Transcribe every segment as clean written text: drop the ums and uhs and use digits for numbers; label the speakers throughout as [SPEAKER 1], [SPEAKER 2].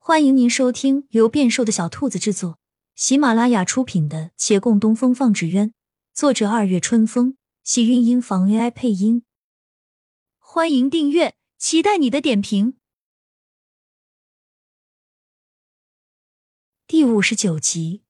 [SPEAKER 1] 欢迎您收听由变瘦的小兔子制作，喜马拉雅出品的《且共东风放纸鸢》，作者二月春风，喜韵音房 AI 配音。欢迎订阅，期待你的点评。第59集，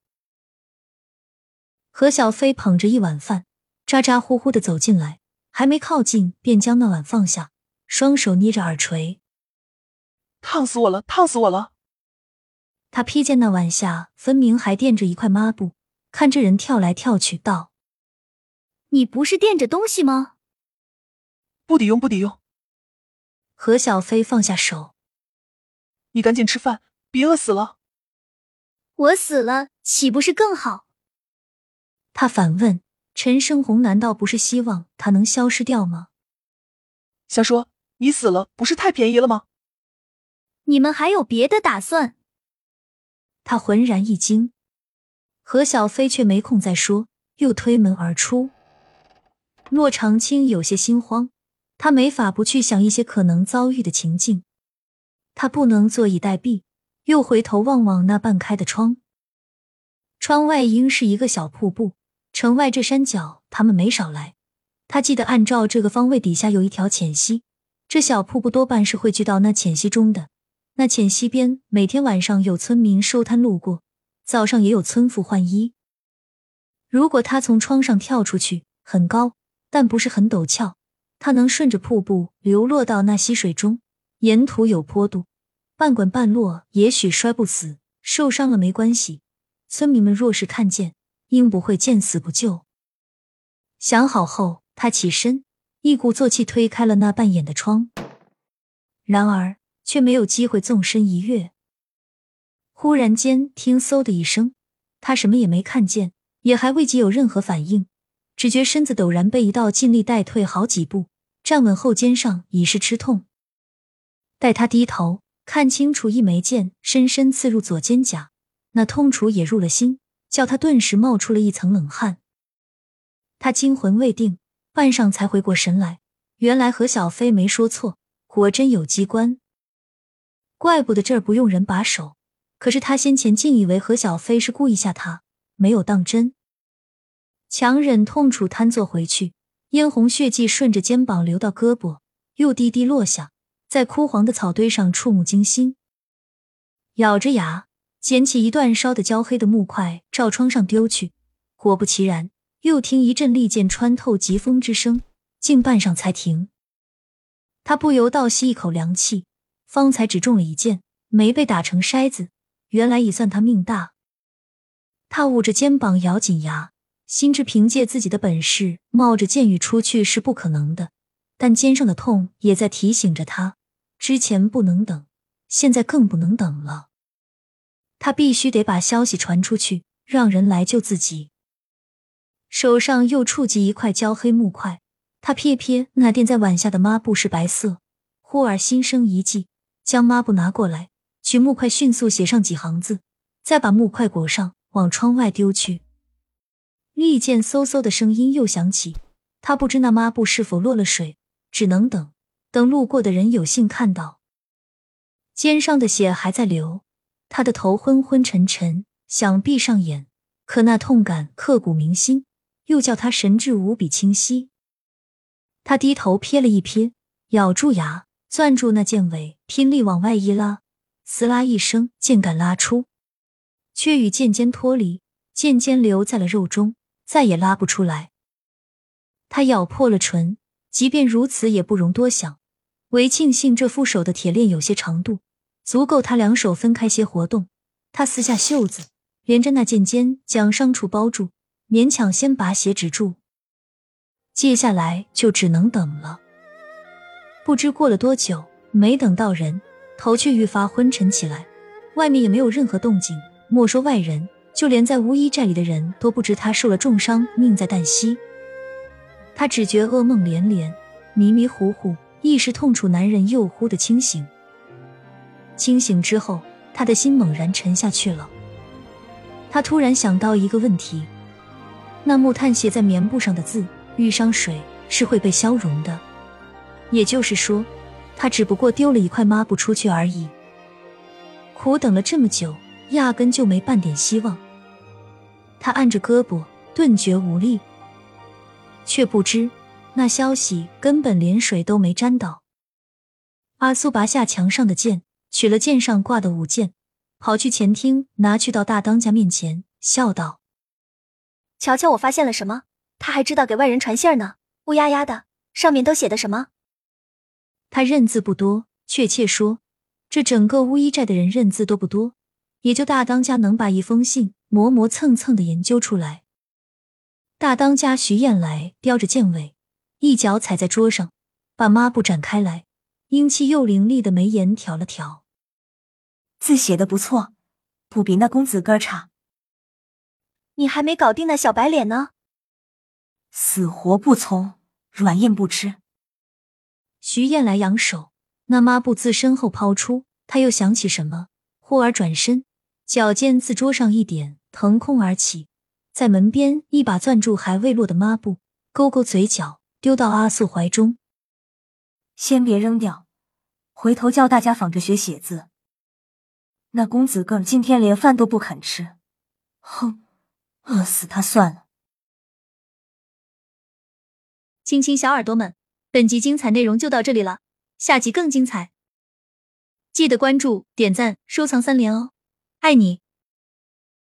[SPEAKER 1] 何小飞捧着一碗饭，咋咋呼呼地走进来，还没靠近便将那碗放下，双手捏着耳垂。
[SPEAKER 2] 烫死我了，烫死我了！
[SPEAKER 1] 他瞥见那碗下分明还垫着一块抹布，看这人跳来跳去，道：“你不是垫着东西吗？”
[SPEAKER 2] 不抵用，不抵用。
[SPEAKER 1] 何小飞放下手：“
[SPEAKER 2] 你赶紧吃饭，别饿死了。”
[SPEAKER 1] 我死了，岂不是更好？他反问：“陈生红难道不是希望他能消失掉吗？”
[SPEAKER 2] 瞎说，你死了不是太便宜了吗？
[SPEAKER 1] 你们还有别的打算？他浑然一惊，何小飞却没空再说，又推门而出。骆长青有些心慌，他没法不去想一些可能遭遇的情境，他不能坐以待毙，又回头望望那半开的窗。窗外应是一个小瀑布，城外这山脚他们没少来。他记得按照这个方位底下有一条浅溪，这小瀑布多半是汇聚到那浅溪中的。那浅溪边每天晚上有村民收摊路过，早上也有村妇换衣。如果他从窗上跳出去，很高，但不是很陡峭，他能顺着瀑布流落到那溪水中，沿途有坡度，半滚半落，也许摔不死，受伤了没关系，村民们若是看见，应不会见死不救。想好后，他起身，一鼓作气推开了那半掩的窗。然而却没有机会纵身一跃。忽然间听嗖的一声，他什么也没看见，也还未及有任何反应，只觉身子陡然被一道劲力带退好几步，站稳后肩上已是吃痛。待他低头看清楚，一枚剑深深刺入左肩胛，那痛楚也入了心，叫他顿时冒出了一层冷汗。他惊魂未定，半晌才回过神来，原来何小飞没说错，果真有机关。怪不得这儿不用人把守，可是他先前竟以为何小飞是故意吓他，没有当真。强忍痛楚瘫坐回去，嫣红血迹顺着肩膀流到胳膊，又滴滴落下，在枯黄的草堆上触目惊心。咬着牙捡起一段烧得焦黑的木块照窗上丢去，果不其然，又听一阵利剑穿透疾风之声，竟半晌才停。他不由倒吸一口凉气，方才只中了一箭，没被打成筛子，原来已算他命大。他捂着肩膀咬紧牙，心知凭借自己的本事冒着剑雨出去是不可能的，但肩上的痛也在提醒着他，之前不能等，现在更不能等了。他必须得把消息传出去，让人来救自己。手上又触及一块焦黑木块，他瞥瞥那垫在碗下的抹布是白色，忽而心生一计，将抹布拿过来，取木块迅速写上几行字，再把木块裹上，往窗外丢去。利剑嗖嗖的声音又响起，他不知那抹布是否落了水，只能等路过的人有幸看到。肩上的血还在流，他的头昏昏沉沉，想闭上眼，可那痛感刻骨铭心，又叫他神志无比清晰。他低头瞥了一瞥，咬住牙，攥住那剑尾，拼力往外一拉，撕拉一声，剑杆拉出，却与剑尖脱离，剑尖留在了肉中，再也拉不出来。他咬破了唇，即便如此也不容多想，唯庆幸这副手的铁链有些长度，足够他两手分开些活动。他撕下袖子，连着那剑尖将伤处包住，勉强先把血止住。接下来就只能等了。不知过了多久，没等到人，头却愈发昏沉起来，外面也没有任何动静，莫说外人，就连在乌衣寨里的人都不知他受了重伤，命在旦夕。他只觉噩梦连连，迷迷糊糊，意识痛楚难忍，又忽的清醒。清醒之后，他的心猛然沉下去了。他突然想到一个问题，那木炭写在棉布上的字遇上水是会被消融的，也就是说，他只不过丢了一块抹布出去而已。 苦等了这么久，压根就没半点希望。他按着胳膊，顿觉无力，却不知那消息根本连水都没沾到。阿苏拔下墙上的剑，取了剑上挂的舞剑，跑去前厅，拿去到大当家面前，笑道：
[SPEAKER 3] 瞧瞧我发现了什么，他还知道给外人传信呢，乌压压的，上面都写的什么？
[SPEAKER 1] 他认字不多，确切说，这整个乌衣寨的人认字都不多，也就大当家能把一封信磨磨蹭蹭的研究出来。大当家徐燕来叼着剑尾，一脚踩在桌上，把抹布展开来，英气又凌厉的眉眼挑了挑。
[SPEAKER 4] 字写得不错，不比那公子哥差。
[SPEAKER 3] 你还没搞定那小白脸呢。
[SPEAKER 4] 死活不从，软硬不吃。
[SPEAKER 1] 徐燕来扬手，那抹布自身后抛出，他又想起什么，忽而转身，脚尖自桌上一点，腾空而起，在门边一把攥住还未落的抹布，勾勾嘴角，丢到阿素怀中。
[SPEAKER 4] 先别扔掉，回头教大家仿着学写字。那公子哥今天连饭都不肯吃，哼，饿死他算了。
[SPEAKER 1] 亲亲小耳朵们，本集精彩内容就到这里了，下集更精彩，记得关注、点赞、收藏3连哦，爱你。